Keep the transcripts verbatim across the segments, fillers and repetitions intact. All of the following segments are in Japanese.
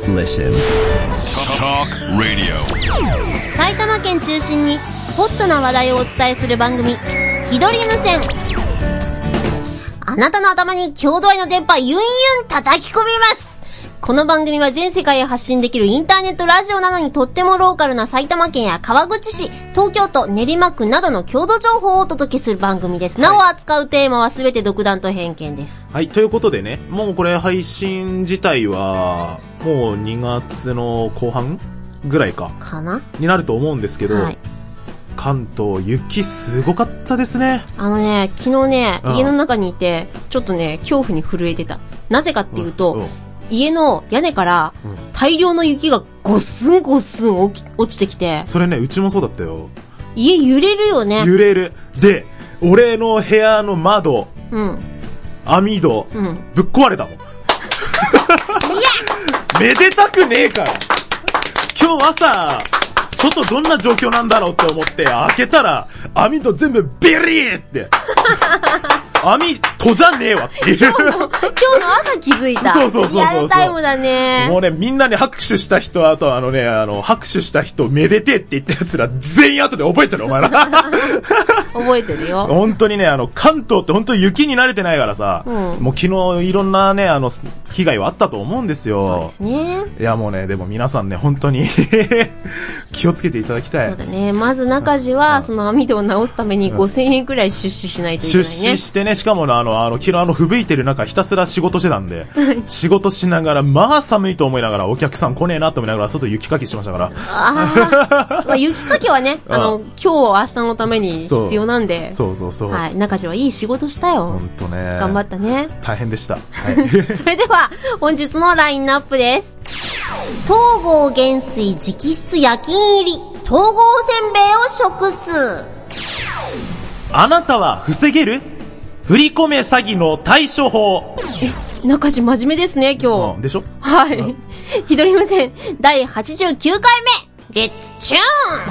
listen. Talk Radio. 埼玉県中心にホットな話題をお伝えする番組、ひどり無線。あなたの頭に郷土愛の電波ユンユン叩き込みます。この番組は全世界へ発信できるインターネットラジオなのにとってもローカルな埼玉県や川口市、東京都、練馬区などの郷土情報をお届けする番組です。なお扱うテーマはすべて独断と偏見です。 はい、ということでね、もうこれ配信自体はもうにがつの後半ぐらいかかなになると思うんですけど、はい、関東雪すごかったですね。 あのね、昨日ね、 うん、 家の中にいてちょっとね恐怖に震えてた。なぜかっていうと、うんうん、家の屋根から大量の雪がゴッスンゴッスン落ちてきて、 それね、うちもそうだったよ。 家揺れるよね。 揺れる。で、俺の部屋の窓、うん、網戸、うん、ぶっ壊れたもん。いやめでたくねえから。今日朝外どんな状況なんだろうって思って開けたら網戸全部ビリーって網戸じゃねえわっていう今日の、今日の朝気づいた。 そうそうそうそう。 リアルタイムだね。 もうね、みんなに拍手した人、あとあのね、あの、拍手した人、めでてって言った奴ら全員後で覚えてるお前ら。 覚えてるよ。 本当にね、あの、関東って本当に雪に慣れてないからさ、うん、もう昨日いろんなね、あの、被害はあったと思うんですよ。 そうですね。 いやもうね、でも皆さんね、本当に気をつけていただきたい。 そうだね。まず中地は、うん、その網戸を直すためにごせんえんくらい出資しないといけないね。 出資してね、しかもあの、あの、昨日あの、吹雪いてる中、ひたすら仕事してたんで、仕事しながら、まあ寒いと思いながら、お客さん来ねえなと思いながら、外雪かきしてましたから。 あまあ、雪かきはね、あの、今日、明日のために必要なんで。 そうそうそう。 はい。中地はいい仕事したよ。 ほんとね。 頑張ったね。 大変でした。はい。 それでは、本日のラインナップです。東郷元帥直筆夜勤入り、東郷せんべいを食す。 あなたは防げる？振り込め詐欺の対処法。 え、中地真面目ですね、今日。 うん、でしょ？ はい。ひどり無線だいはちじゅうきゅうかいめ。レッツチュー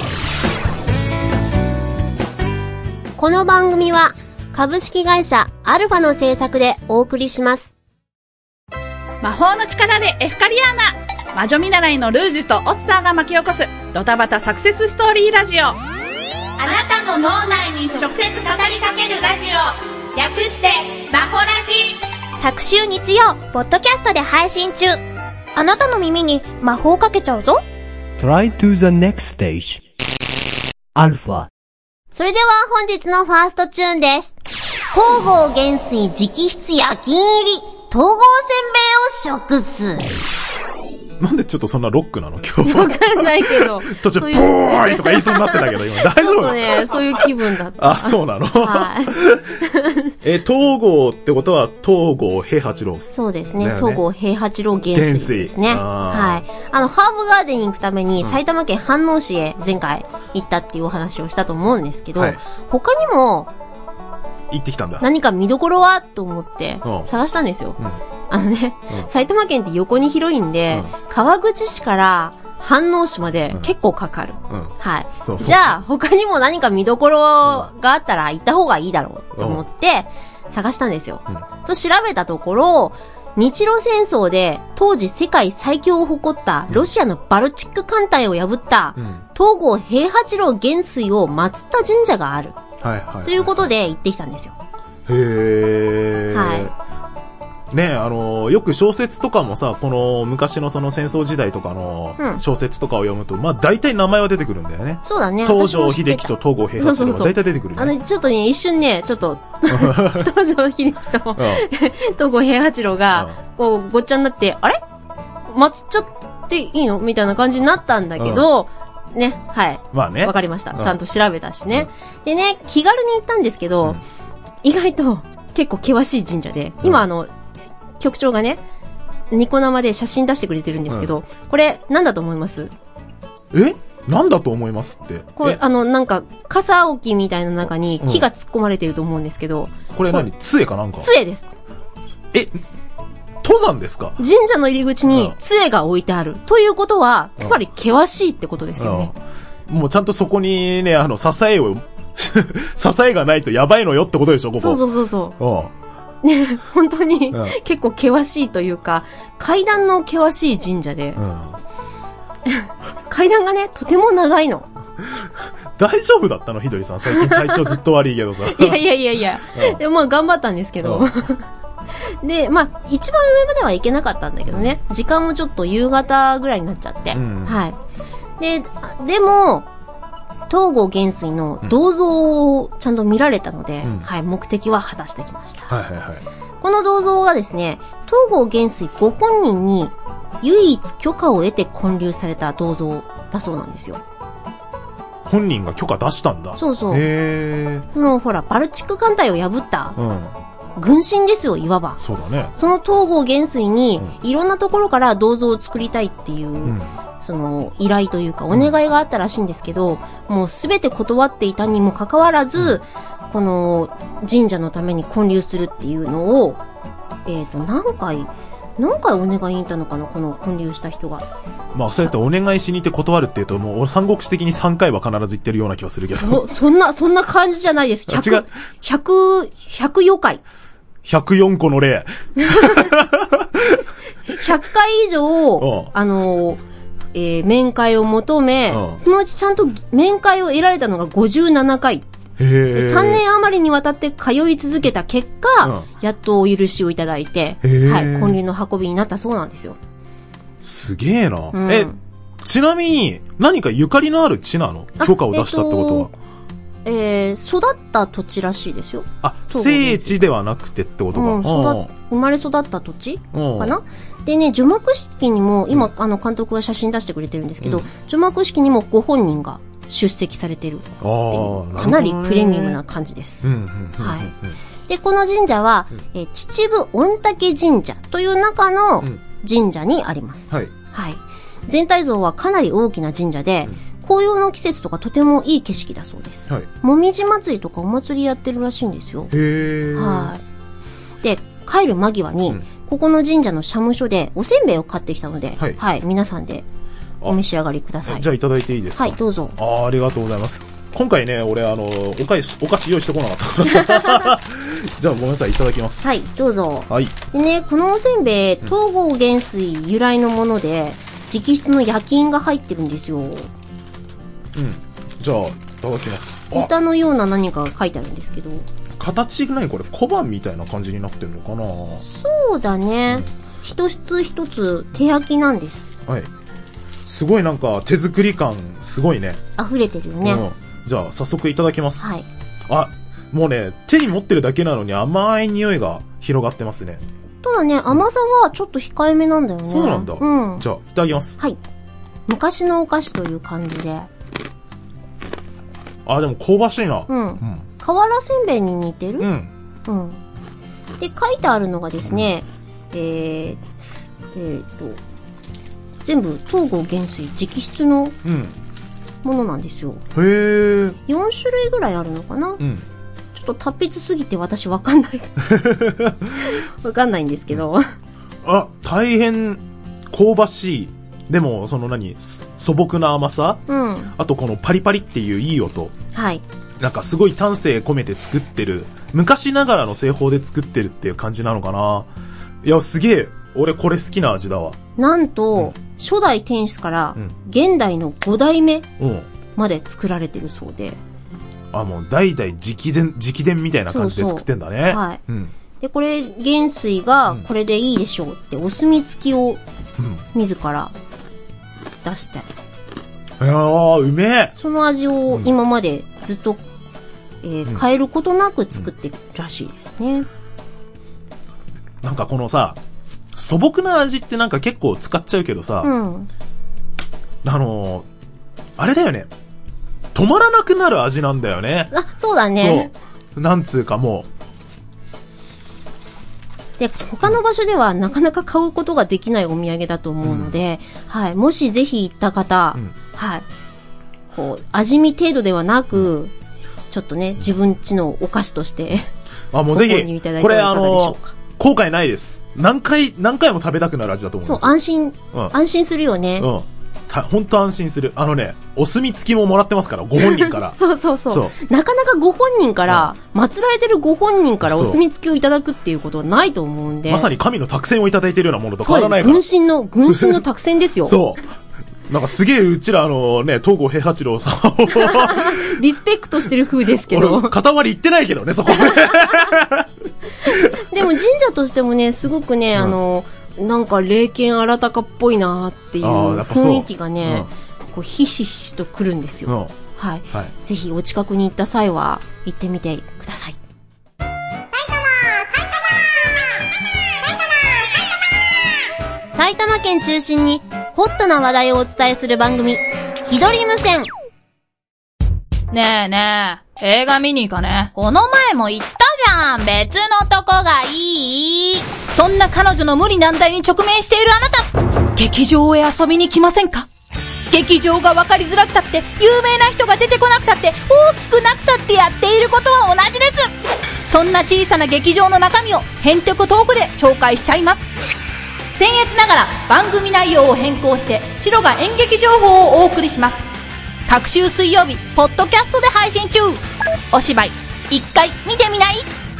ン。この番組は株式会社アルファの制作でお送りします。 魔法の力でエフカリアーナ。魔女見習いのルージュとオッサーが巻き起こすドタバタサクセスストーリーラジオ。あなたの脳内に直接語りかけるラジオ。略してマホラジ。 各週日曜ポッドキャストで配信中。あなたの耳に魔法をかけちゃうぞ。 Try to the next stage アルファ。 それでは本日のファーストチューンです。東郷元帥直筆夜勤入り、東郷せんべいを食す。 なんでちょっとそんなロックなの今日。 わかんないけど。 途中、ポーイとか言いそうになってたけど、今大丈夫？ちょっとね、そういう気分だった。 あ、そうなの？ はい。 え、東郷ってことは、東郷平八郎。 そうですね。ね、東郷平八郎元帥ですね。はい。あの、ハーブガーデンに行くために、埼玉県飯能市へ前回行ったっていうお話をしたと思うんですけど、はい、他にも、 行ってきたんだ。 何か見どころはと思って探したんですよ。うん、あのね、うん、埼玉県って横に広いんで、うん、川口市から飯能市まで結構かかる。うん、はい。そうそう。じゃあ他にも何か見どころがあったら行った方がいいだろうと思って探したんですよ。うん、と調べたところ、日露戦争で当時世界最強を誇ったロシアのバルチック艦隊を破った東郷平八郎元帥を祀った神社がある。はいはいはい、ということで行ってきたんですよ。 へー。はい。ねえ、あの、よく小説とかもさ、この昔のその戦争時代とかの小説とかを読むと、うん、まあ大体名前は出てくるんだよね。 そうだね。 東条英機と東郷平八郎が大体出てくるね。 あの、ちょっとね、一瞬ね、ちょっと、東条英機と東郷平八郎が、こう、ごっちゃになって、あれ祀っちゃっていいのみたいな感じになったんだけど、うんね、はい。まあね。わかりました。ちゃんと調べたしね。うん、でね、気軽に行ったんですけど、うん、意外と結構険しい神社で、今、うん、あの、局長がね、ニコ生で写真出してくれてるんですけど、うん、これ、なんだと思います？ え？なんだと思いますって。 これ、あの、なんか、傘置きみたいな中に木が突っ込まれてると思うんですけど。 うん、これ何？杖かなんか？ 杖です。 え？登山ですか？ 神社の入り口に杖が置いてある。ということは、つまり険しいってことですよね。 もうちゃんとそこにね、あの、支えを、支えがないとやばいのよってことでしょ、ここ。 そうそうそうそう。 ね、本当に、 うん、 結構険しいというか、階段の険しい神社で、うん、階段がね、とても長いの。 大丈夫だったのひどりさん。最近体調ずっと悪いけどさ。 いやいやいやいや。うん、でもまあ頑張ったんですけど。うん、で、まあ、一番上までは行けなかったんだけどね。時間もちょっと夕方ぐらいになっちゃって。うん、はい。で、でも、東郷元帥の銅像をちゃんと見られたので、うん、はい、目的は果たしてきました。はいはいはい。この銅像はですね、東郷元帥ご本人に唯一許可を得て建立された銅像だそうなんですよ。 本人が許可出したんだ。 そうそう。へー。そのほら、バルチック艦隊を破った、うん、軍神ですよ、いわば。 そうだね。 その東郷元帥に、うん、いろんなところから銅像を作りたいっていう、うん、その依頼というかお願いがあったらしいんですけど、うん、もうすべて断っていたにもかかわらず、うん、この神社のために建立するっていうのを、えっと、何回、何回お願いに行ったのかな、この建立した人が。 まあ、そうやってお願いしに行って断るっていうと、もう、俺三国志的にさんかいは必ず行ってるような気がするけど。 そ、そんな、そんな感じじゃないです。ひゃく、違う。ひゃく、ひゃくよんかい。 ひゃくよんこの例。 ひゃっかい以上、あの、えー、面会を求め、そのうちちゃんと面会を得られたのがごじゅうななかい。へさんねん余りにわたって通い続けた結果、うん、やっとお許しをいただいて、はい、建立の運びになったそうなんですよ。 すげえな、うん。え、ちなみに、何かゆかりのある地なの？許可を出したってことは。 えー、えー、育った土地らしいですよ。 あ、聖地ではなくてってことか。うん、 育生まれ育った土地かな。でね、除幕式にも、今、うん、あの、監督が写真出してくれてるんですけど、うん、除幕式にもご本人が出席されてるっていうかなりプレミアムな感じです。はい。で、この神社は、うん、えー、秩父御嶽神社という中の神社にあります。はい。はい。全体像はかなり大きな神社で、うん、紅葉の季節とかとてもいい景色だそうです。はい。もみじ祭りとかお祭りやってるらしいんですよ。へー。はい。で、帰る間際に、うん、ここの神社の社務所でおせんべいを買ってきたので、はい。はい、皆さんで、お召し上がりください。 じゃあいただいていいですか？ はい、どうぞ。 ああ、ありがとうございます。今回ね、俺あの、お菓子、お菓子用意してこなかったから。じゃあごめんなさい、いただきます。 はい、どうぞ。 はい。 でね、このおせんべい、東郷元帥由来のもので、直筆の焼き印が入ってるんですよ。うん。 じゃあ、いただきます。 歌のような何かが書いてあるんですけど。 形が何これ小判みたいな感じになってるのかな？ そうだね。うん、一つ一つ手焼きなんです。 はい。すごいなんか手作り感すごいね。 溢れてるよね。うん、 じゃあ早速いただきます。はい。あ、もうね、手に持ってるだけなのに甘い匂いが広がってますね。 ただね、甘さはちょっと控えめなんだよね。 そうなんだ。うん。じゃあいただきます。 はい。昔のお菓子という感じで。 あ、でも香ばしいな。 うん。うん、瓦せんべいに似てる？うん。うん。で、書いてあるのがですね、うん、えー、えーと、全部東郷元帥直筆のものなんですよ。うん、へー。よんしゅるいぐらいあるのかな？うん。ちょっと達筆すぎて私わかんない。わかんないんですけど。 あ、大変香ばしい。でも、その何、素朴な甘さ、うん、あとこのパリパリっていういい音。はい。なんかすごい丹精込めて作ってる、昔ながらの製法で作ってるっていう感じなのかな。いや、すげえ。俺これ好きな味だわ。 なんと、うん、初代店主から現代のごだいめまで作られてるそうで。 うん、あ、もう代々直伝、直伝みたいな感じで作ってんだね。そうそう、はい。うん、で、これ、元帥がこれでいいでしょうってお墨付きを自ら出して。 いやー、うめえ。 その味を今までずっと、えー、変えることなく作ってるらしいですね。 なんかこのさ、素朴な味ってなんか結構使っちゃうけどさ、うん、あのー、あれだよね。止まらなくなる味なんだよね。 あ、そうだね。 そう。なんつうかもう。で、他の場所ではなかなか買うことができないお土産だと思うので、うん、はい。もしぜひ行った方、うん、はい。こう、味見程度ではなく、うん、ちょっとね、自分家のお菓子として、 あ、もうぜひ、これあのー、後悔ないです。何回、何回も食べたくなる味だと思うんですよ。 そう、安心、うん、安心するよね。うん。 ほんと安心する。あのね、お墨付きももらってますから、ご本人から。 そうそうそう。 そうなかなかご本人から、うん、祀られてるご本人からお墨付きをいただくっていうことはないと思うんで。 まさに神の託宣をいただいているようなものと変わらないから。 軍神の、軍神の託宣ですよ。 そう。なんかすげえうちらあのね、東郷平八郎さんをリスペクトしてる風ですけど。 片割り言ってないけどね、そこでも神社としてもね、すごくね、うん、あの、なんか霊剣新たかっぽいなっていう雰囲気がね、うん、こうひしひしとくるんですよ、うん、はい、はい。ぜひお近くに行った際は行ってみてください。埼玉埼玉埼玉県中心にホットな話題をお伝えする番組、ひどり無線。 ねえねえ、映画見に行かね。この前も言ったじゃん。別のとこがいい。そんな彼女の無理難題に直面しているあなた、劇場へ遊びに来ませんか？劇場が分かりづらくたって、有名な人が出てこなくたって、大きくなくたってやっていることは同じです。そんな小さな劇場の中身をヘンテコトークで紹介しちゃいます。僭越ながら番組内容を変更して白が演劇情報をお送りします。各週水曜日ポッドキャストで配信中。お芝居一回見てみない？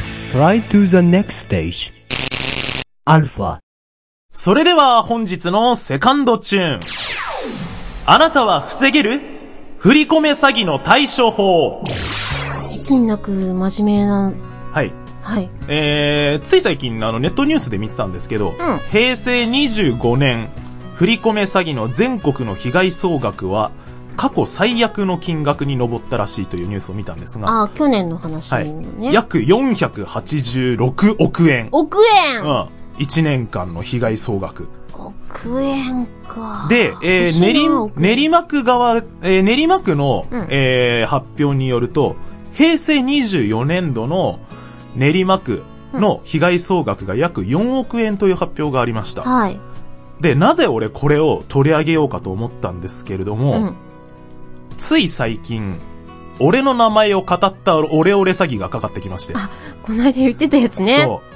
Try to the next stage. アルファ。 それでは本日のセカンドチューン。あなたは防げる？振り込め詐欺の対処法。 いつになく真面目な。 はいはい。 えー、つい最近あのネットニュースで見てたんですけど、 うん、 平成にじゅうごねん振り込め詐欺の全国の被害総額は過去最悪の金額に上ったらしいというニュースを見たんですが、 ああ、去年の話ね、 はい、約よんひゃくはちじゅうろくおくえん。 億円。 うん。いちねんかんの被害総額。 億円か。 で、えー、練馬、練馬区側、えー、練馬区の、うん、えー、発表によると、平成にじゅうよねんどの練馬区の被害総額が約よんおくえんという発表がありました。 はい。 で、なぜ俺これを取り上げようかと思ったんですけれども、うん、つい最近、俺の名前を語ったオレオレ詐欺がかかってきまして。 あ、この間言ってたやつね。 そう。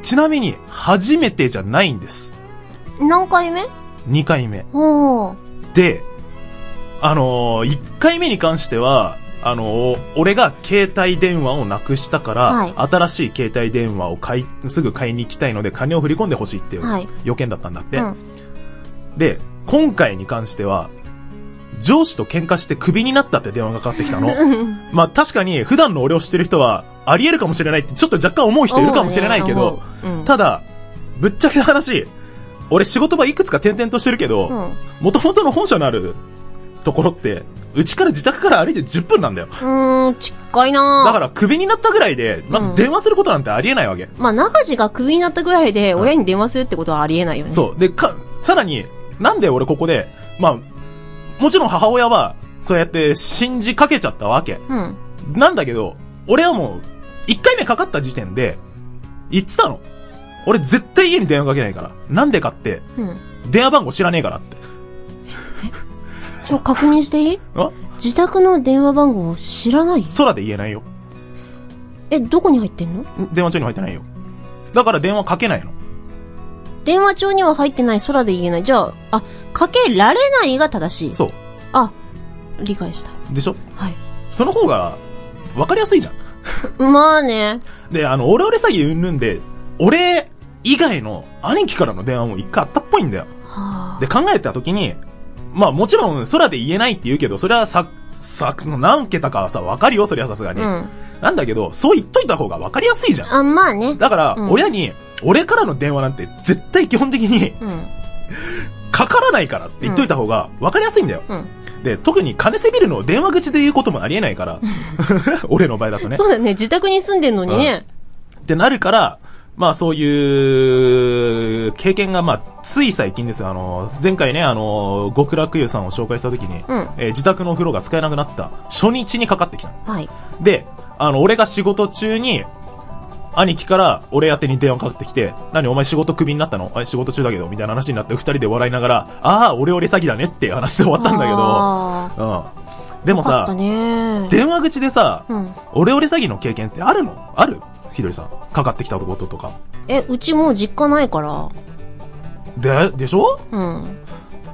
ちなみに、初めてじゃないんです。 何回目？ に 回目。 おー。 で、あのー、いっかいめに関しては、あのー、俺が携帯電話をなくしたから、はい、新しい携帯電話を買い、すぐ買いに行きたいので金を振り込んでほしいっていう要件だったんだって。はい、うん、で、今回に関しては、上司と喧嘩してクビになったって電話がかかってきたの。まあ確かに普段の俺を知ってる人はあり得るかもしれないってちょっと若干思う人いるかもしれないけど、ねうん、ただ、ぶっちゃけな話、俺仕事場いくつか転々としてるけど、元々の本社のあるところって、うちから自宅から歩いてじゅっぷんなんだよ。 うーん、近いな。 だからクビになったぐらいで、まず電話することなんてありえないわけ。うん、 まあ中地がクビになったぐらいで親に電話するってことはありえないよね。 そう。で、か、さらに、なんで俺ここで、まあ、もちろん母親は、そうやって信じかけちゃったわけ。 うん。 なんだけど、俺はもう、いっかいめかかった時点で、言ってたの。俺絶対家に電話かけないから。なんでかって、うん、電話番号知らねえからって。 ちょ、確認していい？あ？自宅の電話番号を知らない？ 空で言えないよ。 え、どこに入ってんの？ 電話帳に入ってないよ。だから電話かけないの。 電話帳には入ってない、空で言えない。じゃあ、あ、かけられないが正しい。 そう。 あ、理解した。 でしょ？ はい。 その方が、わかりやすいじゃん。 まあね。 で、あの、オレオレ詐欺うんぬんで、俺以外の兄貴からの電話も一回あったっぽいんだよ。 はあ。 で、考えたときに、まあもちろん空で言えないって言うけど、それはさ、さ、その何桁かはさ、わかるよ、それはさすがに。うん。なんだけど、そう言っといた方がわかりやすいじゃん。 あ、まあね。 だから、うん、親に、俺からの電話なんて絶対基本的に、うん、かからないからって言っといた方がわかりやすいんだよ。うん、で、特に金せびるのを電話口で言うこともありえないから。俺の場合だとね。 そうだね、自宅に住んでんのにね。 うん、ってなるから、まあそういう経験がまあつい最近ですよ。あの前回ねあの極楽湯さんを紹介した時に、うん、えー、自宅のお風呂が使えなくなった初日にかかってきた。 はい。 で、あの俺が仕事中に兄貴から俺宛てに電話かかってきて、何お前仕事クビになったの？あ、仕事中だけどみたいな話になって二人で笑いながら、ああオレオレ詐欺だねっていう話で終わったんだけど、うん。でもさ、電話口でさ、うん、オレオレ詐欺の経験ってあるの？ある？ひどりさん、かかってきたこととか。 え、うちもう実家ないから。 で、でしょ？ うん。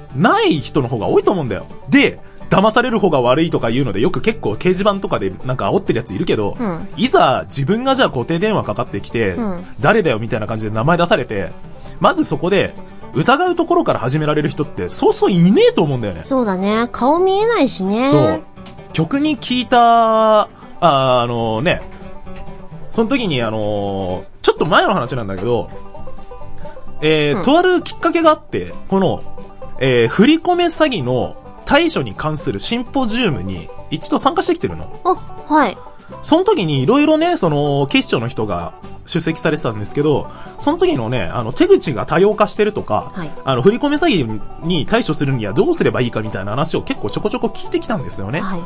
ない人の方が多いと思うんだよ。で、騙される方が悪いとか言うのでよく結構掲示板とかでなんか煽ってるやついるけど、うん、いざ自分がじゃあ固定電話かかってきて、うん、誰だよみたいな感じで名前出されて、まずそこで疑うところから始められる人ってそうそういねえと思うんだよね。 そうだね。顔見えないしね。 そう。曲に聞いた、あ、あのね、その時にあのー、ちょっと前の話なんだけど、えー、うん、とあるきっかけがあって、この、えー、振り込め詐欺の対処に関するシンポジウムに一度参加してきてるの。 あ、はい。 その時にいろいろね、その、警視庁の人が出席されてたんですけど、その時のね、あの、手口が多様化してるとか、はい、あの、振り込め詐欺に対処するにはどうすればいいかみたいな話を結構ちょこちょこ聞いてきたんですよね。はい。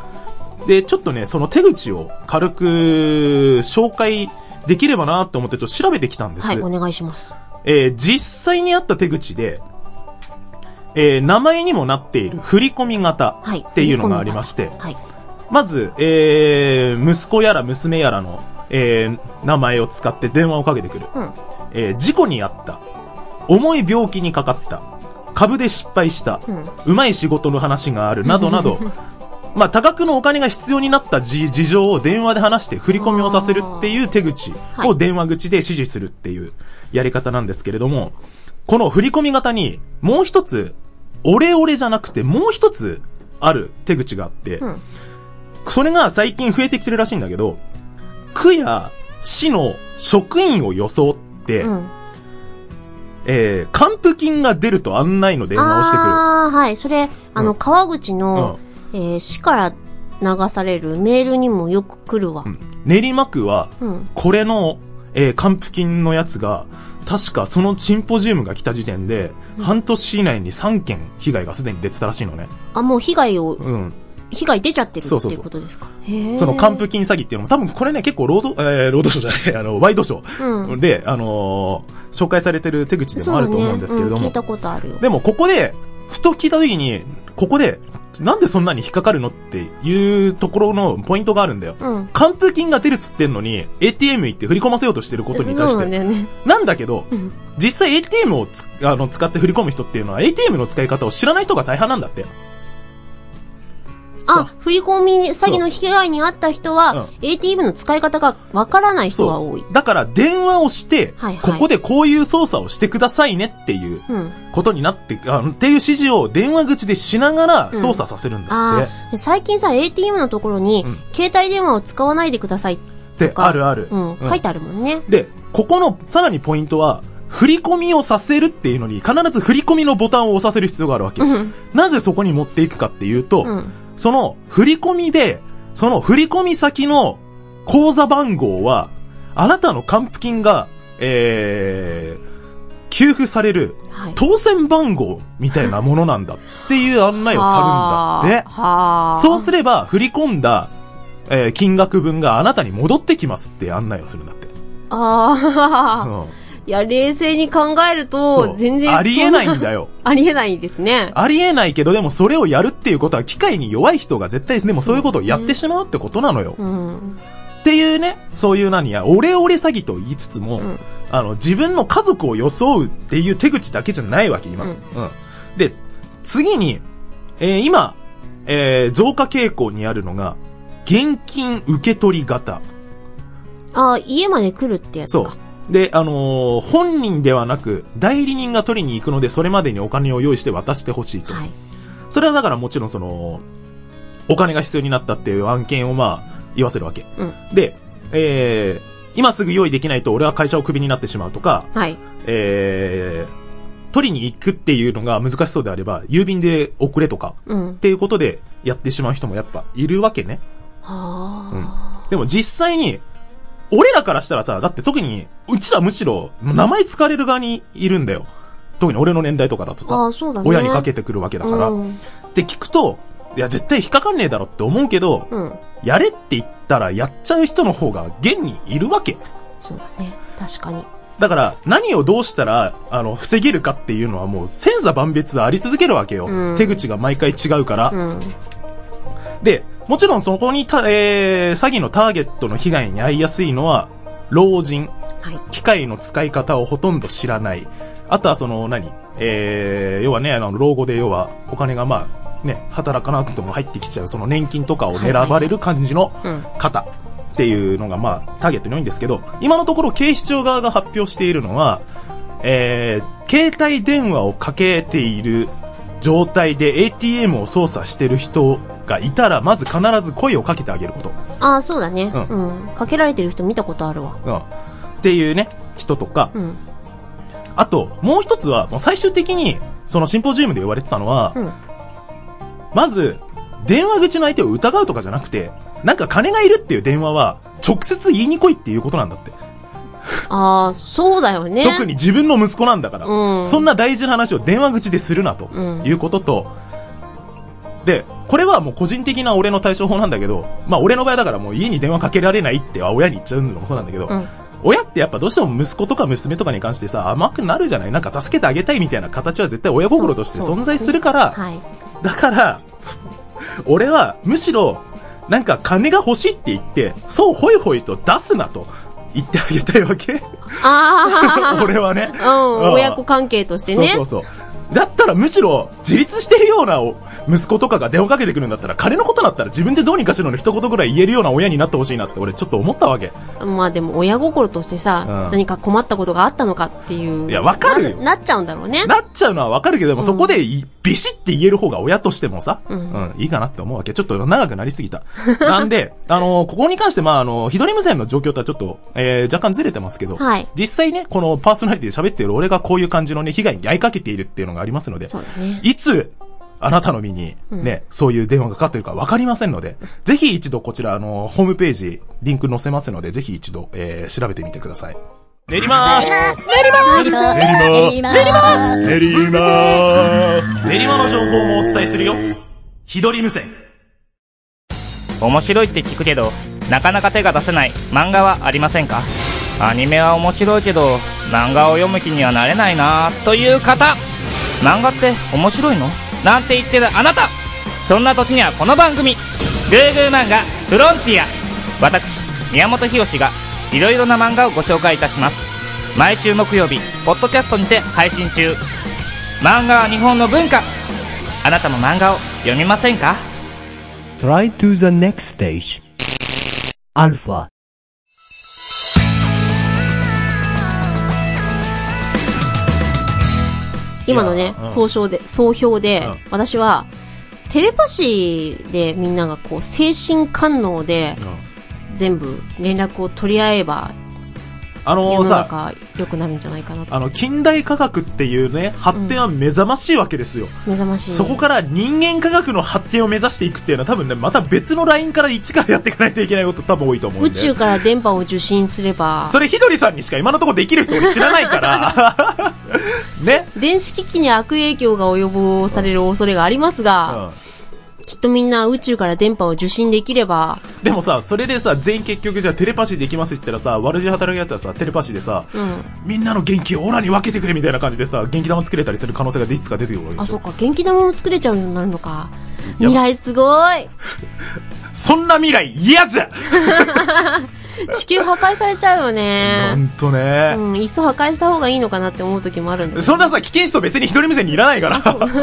で、ちょっとね、その手口を軽く紹介できればなって思ってちょっと調べてきたんです。 はい、お願いします。 えー、実際にあった手口で、えー、名前にもなっている振り込み型っていうのがありまして、はいはい、まず、えー、息子やら娘やらの、えー、名前を使って電話をかけてくる。うん、えー、事故に遭った、重い病気にかかった、株で失敗した、うん、うまい仕事の話があるなどなど、まあ、多額のお金が必要になった事情を電話で話して振り込みをさせるっていう手口を電話口で指示するっていうやり方なんですけれども、この振り込み型にもう一つオレオレじゃなくてもう一つある手口があって、うん、それが最近増えてきてるらしいんだけど、区や市の職員を装って、うん、えー、還付金が出ると案内の電話をしてくる。 ああ、はい。それ、あの、うん、川口の、うん、えー、市から流されるメールにもよく来るわ。うん、 練馬区は、うん、これの、えー、還付金のやつが、確かそのシンポジウムが来た時点で、うん、半年以内にさんけん被害がすでに出てたらしいのね。 あ、もう被害を、うん。被害出ちゃってるっていうことですか。 そうそうそう。へー。その還付金詐欺っていうのも多分これね、結構ロード、えー、ロードショーじゃない、あの、ワイドショー、うん、で、あのー、紹介されてる手口でもあると思うんですけれども。 そうね、うん、聞いたことあるよ。 でもここで、ふと聞いた時に、ここで、なんでそんなに引っかかるのっていうところのポイントがあるんだよ。うん、還付金が出るっつってんのに エーティーエム 行って振り込ませようとしてることに対して。そうなんだよね。なんだけど、うん、実際 エーティーエム をつあの使って振り込む人っていうのは エーティーエム の使い方を知らない人が大半なんだって。 あ、振り込み詐欺の被害に遭った人は、うん、エーティーエム の使い方がわからない人が多い。 だから電話をして、はいはい、ここでこういう操作をしてくださいねっていうことになって、うん、あのっていう指示を電話口でしながら操作させるんだって。 うん、最近さ、エーティーエム のところに、うん、携帯電話を使わないでくださいってあるある、 うんうん。書いてあるもんね。 で、ここのさらにポイントは、振り込みをさせるっていうのに必ず振り込みのボタンを押させる必要があるわけ。うん、なぜそこに持っていくかっていうと、うん、その振り込みで、その振り込み先の口座番号は、あなたの還付金が、えー、給付される当選番号みたいなものなんだっていう案内をさるんだって。はそうすれば振り込んだ、えー、金額分があなたに戻ってきますって案内をするんだって。 ああ。うんいや、冷静に考えると、全然。 ありえないんだよ。 ありえないですね。 ありえないけど、でもそれをやるっていうことは、機械に弱い人が絶対でもそういうことをやってしまうってことなのよ。うん、っていうね、そういう何や、オレオレ詐欺と言いつつも、うん、あの、自分の家族を装うっていう手口だけじゃないわけ、今。うん。うん、で、次に、えー、今、えー、増加傾向にあるのが、現金受け取り型。 ああ、家まで来るってやつか。そう。 で、あのー、本人ではなく、代理人が取りに行くので、それまでにお金を用意して渡してほしいと。はい。それはだからもちろんその、お金が必要になったっていう案件をまあ、言わせるわけ。うん。で、えー、今すぐ用意できないと俺は会社をクビになってしまうとか、はい。えー、取りに行くっていうのが難しそうであれば、郵便で送れとか、うん。っていうことでやってしまう人もやっぱいるわけね。はあ。うん。でも実際に、俺らからしたらさ、だって特に、うちらむしろ、名前使われる側にいるんだよ。特に俺の年代とかだとさ、 あ、そうだね、 親にかけてくるわけだから。うん、って聞くと、いや、絶対引っかかんねえだろって思うけど、うん、やれって言ったらやっちゃう人の方が現にいるわけ。 そうだね。確かに。 だから、何をどうしたら、あの、防げるかっていうのはもう、千差万別あり続けるわけよ。うん、手口が毎回違うから。うん、で、もちろんそこにた、えー、詐欺のターゲットの被害に遭いやすいのは、老人、はい、機械の使い方をほとんど知らない、 あとはその何、えー、要はね、あの、老後で要はお金がまあ、ね、働かなくても入ってきちゃう、その年金とかを狙われる感じの方っていうのがまあ、ターゲットに多いんですけど、今のところ警視庁側が発表しているのは、えー、携帯電話をかけている状態で エーティーエム を操作してる人がいたら、まず必ず声をかけてあげること。 ああ、そうだね、 うん。 うん。かけられてる人見たことあるわ。 うん。っていうね、人とか、 うん。 あと、もう一つは、もう最終的に、そのシンポジウムで言われてたのは、うん、まず、電話口の相手を疑うとかじゃなくて、なんか金がいるっていう電話は、直接言いに来いっていうことなんだって。 ああ、そうだよね。 特に自分の息子なんだから、 うん、 そんな大事な話を電話口でするなということと、うん、で、これはもう個人的な俺の対処法なんだけど、まあ俺の場合だからもう家に電話かけられないっては親に言っちゃうのもそうなんだけど、うん、親ってやっぱどうしても息子とか娘とかに関してさ、甘くなるじゃない？なんか助けてあげたいみたいな形は絶対親心として存在するから、はい、だから、俺はむしろ、なんか金が欲しいって言って、そうホイホイと出すなと。言ってあげたいわけ。ああ。俺はね。 うん。親子関係としてね。 そうそうそう。だったらむしろ自立してるような息子とかが電話かけてくるんだったら、金のことだったら自分でどうにかしろの一言ぐらい言えるような親になってほしいなって俺ちょっと思ったわけ。 まあでも親心としてさ、うん、何か困ったことがあったのかっていう。 いや、わかるよ。 な、なっちゃうんだろうね。 なっちゃうのはわかるけども、うん、そこでビシって言える方が親としてもさ、うん、うん、いいかなって思うわけ。ちょっと長くなりすぎた。なんで、あのー、ここに関してまああのー、日取り無線の状況とはちょっと、えー、若干ずれてますけど、はい、実際ね、このパーソナリティで喋っている俺がこういう感じのね、被害に遭いかけているっていうのがありますので、 そうだね。 いつ、あなたの身にね、うん、そういう電話がかかっているか分かりませんので、ぜひ一度こちら、あの、ホームページ、リンク載せますので、ぜひ一度、えー、調べてみてください。練馬ー練馬練馬練馬練馬練馬練馬練馬の情報もお伝えするよ。日取り無線。 面白いって聞くけど、なかなか手が出せない漫画はありませんか？アニメは面白いけど、漫画を読む気にはなれないなという方、漫画って面白いの？なんて言ってるあなた、そんな時にはこの番組、グーグー漫画フロンティア。私宮本浩がいろいろな漫画をご紹介いたします。毎週木曜日ポッドキャストにて配信中。漫画は日本の文化。あなたも漫画を読みませんか？ Try to the next stage. Alpha。 今のね、うん、総称で、総評で、うん、私は、テレパシーでみんながこう、精神官能で、うん、全部連絡を取り合えば、あのー、世の中良くなるんじゃないかなと。 あの、近代科学っていうね、発展は目覚ましいわけですよ。 うん、目覚ましい、ね。 そこから人間科学の発展を目指していくっていうのは多分ね、また別のラインから一からやっていかないといけないこと多分多いと思うんで。 宇宙から電波を受信すれば。 それひどりさんにしか今のところできる人俺知らないから。ね。 電子機器に悪影響が及ぼされる恐れがありますが、うんうん、きっとみんな宇宙から電波を受信できれば。 でもさ、それでさ、全員結局じゃあテレパシーできますって言ったらさ、悪事働くやつはさ、テレパシーでさ、うん、みんなの元気をオラに分けてくれみたいな感じでさ、元気玉作れたりする可能性がいつか出てくるわけですよ。 あ、そっか、元気玉も作れちゃうようになるのか。未来すごい。 そんな未来嫌じゃ地球破壊されちゃうよね。 ほんとね。 うん、いっそ破壊した方がいいのかなって思う時もあるんだけど。 そんなさ、危険室と別に一人目線にいらないから。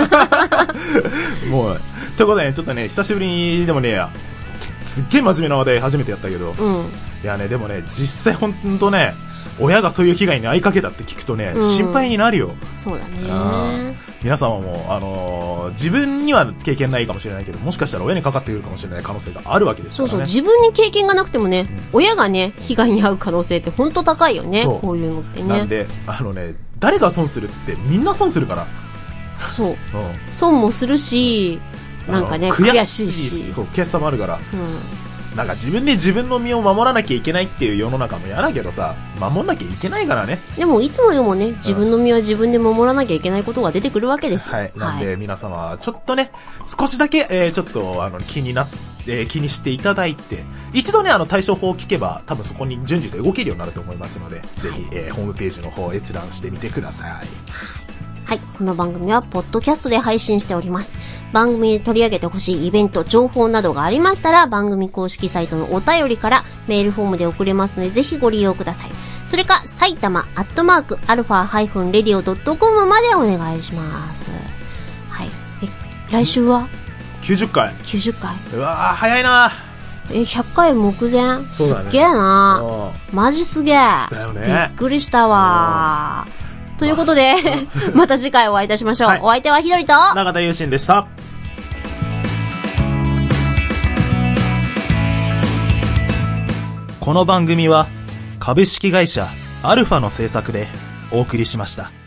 もう、ということでね、ちょっとね、久しぶりに、でもね、すっげえ真面目な話題初めてやったけど、うん、いやね、でもね、実際ほんとね、親がそういう被害に遭いかけたって聞くとね、うん、心配になるよ。 そうだね。 皆様も、あのー、自分には経験ないかもしれないけど、もしかしたら親にかかってくるかもしれない可能性があるわけですからね。 そうそう、自分に経験がなくてもね、うん、親がね、被害に遭う可能性って本当高いよね、こういうのってね。 なんで、あのね、誰が損するってみんな損するから。 そう。うん、損もするし、なんかね、悔しいし。 そう、悔しさもあるから。うんなんか自分で自分の身を守らなきゃいけないっていう世の中も嫌だけどさ、守んなきゃいけないからね。 でもいつの世もね、自分の身は自分で守らなきゃいけないことが出てくるわけですよ。 はい。なんで皆様、ちょっとね、少しだけ、えー、ちょっと、あの、気になって、気にしていただいて、一度ね、あの、対処法を聞けば、多分そこに順次と動けるようになると思いますので、ぜひ、えー、ホームページの方閲覧してみてください。 はい。この番組は、ポッドキャストで配信しております。番組で取り上げてほしいイベント、情報などがありましたら、番組公式サイトのお便りからメールフォームで送れますので、ぜひご利用ください。 それか、埼玉アットマークアルファハイフンレディオドットコムまでお願いします。はい。え、来週はきゅうじゅっかい。 きゅうじゅっかい。 うわー、早いな。 え、ひゃっかい目前。 そうだね。 すっげえな。マジすげえ。 だよね。 びっくりしたわ。ということで、また次回お会いいたしましょう。はい、お相手はひどりと永田優心でした。この番組は株式会社アルファの制作でお送りしました。